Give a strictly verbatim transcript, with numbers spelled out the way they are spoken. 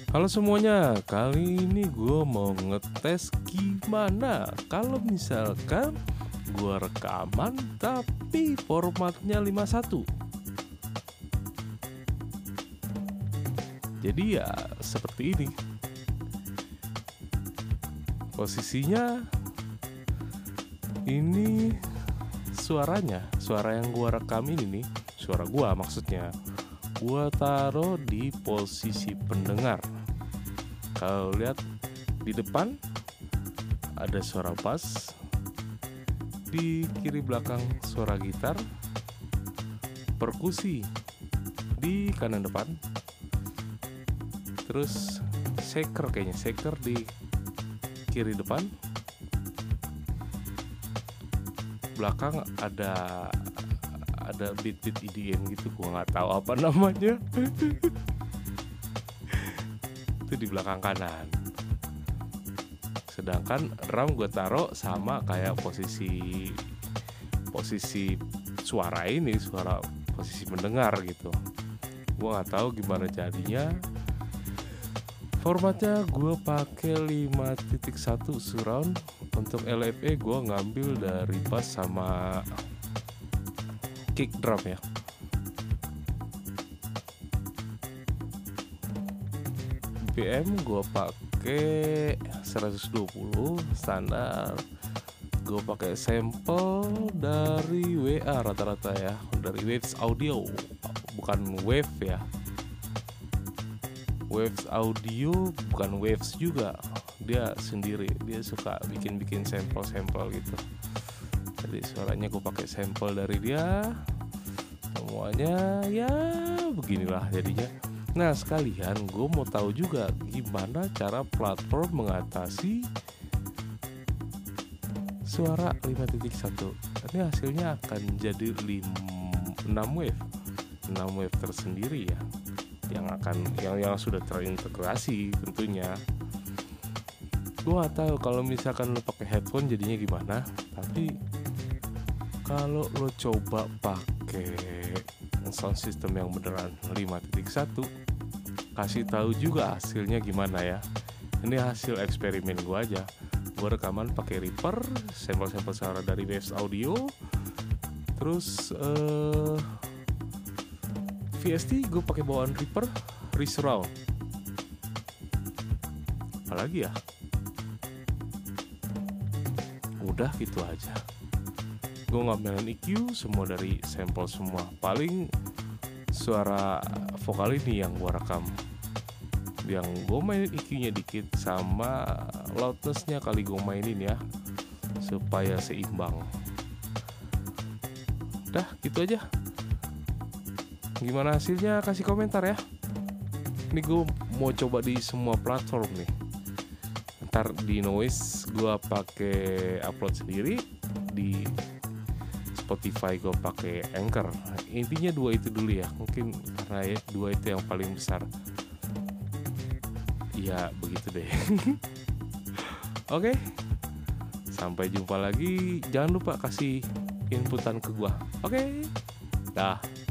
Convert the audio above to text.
Halo semuanya, kali ini gue mau ngetes gimana kalau misalkan gue rekaman tapi formatnya lima satu. Jadi ya seperti ini. Posisinya ini suaranya, suara yang gue rekam ini nih, suara gue maksudnya, gue taruh di posisi pendengar. Kalau lihat di depan ada suara bass, di kiri belakang suara gitar, perkusi di kanan depan, terus shaker kayaknya shaker di kiri depan, belakang ada ada beat-beat E D M gitu, gua nggak tahu apa namanya. Itu di belakang kanan. Sedangkan drum gue taruh sama kayak posisi posisi suara ini, suara posisi mendengar gitu. Gue nggak tahu gimana jadinya. Formatnya gue pakai lima titik satu surround. Untuk L F E gue ngambil dari bass sama kick drum ya. B P M gue pakai seratus dua puluh standar. Gue pakai sampel dari W A rata-rata ya, dari Waves Audio, bukan Wave ya. Waves Audio bukan Waves juga, dia sendiri, dia suka bikin-bikin sampel-sampel gitu. Jadi suaranya gue pakai sampel dari dia. Semuanya ya beginilah jadinya. Nah sekalian gue mau tahu juga gimana cara platform mengatasi suara lima titik satu. Ini hasilnya akan jadi enam wave enam wave tersendiri ya, yang akan yang yang sudah terintegrasi tentunya. Gue gak tahu kalau misalkan lo pakai headphone jadinya gimana, tapi kalau lo coba pakai sound system yang beneran lima titik satu, kasih tahu juga hasilnya gimana ya. Ini hasil eksperimen gue aja. Gue rekaman pakai Reaper, sampel-sampel suara dari Waves Audio, terus uh, V S T gue pakai bawaan Reaper, Resurround. Apalagi ya? Udah gitu aja. Gue ngambilin E Q semua dari sampel semua. Paling suara vokal ini yang gue rekam, yang gue mainin E Q-nya dikit, sama loudness-nya kali gue mainin ya, supaya seimbang. Dah gitu aja. Gimana hasilnya kasih komentar ya. Ini gue mau coba di semua platform nih. Ntar di Noise gue pakai upload sendiri, di Spotify gue pakai Anchor. Intinya dua itu dulu ya, mungkin karena ya dua itu yang paling besar. Ya begitu deh. Oke, sampai jumpa lagi. Jangan lupa kasih inputan ke gua. Oke, dah.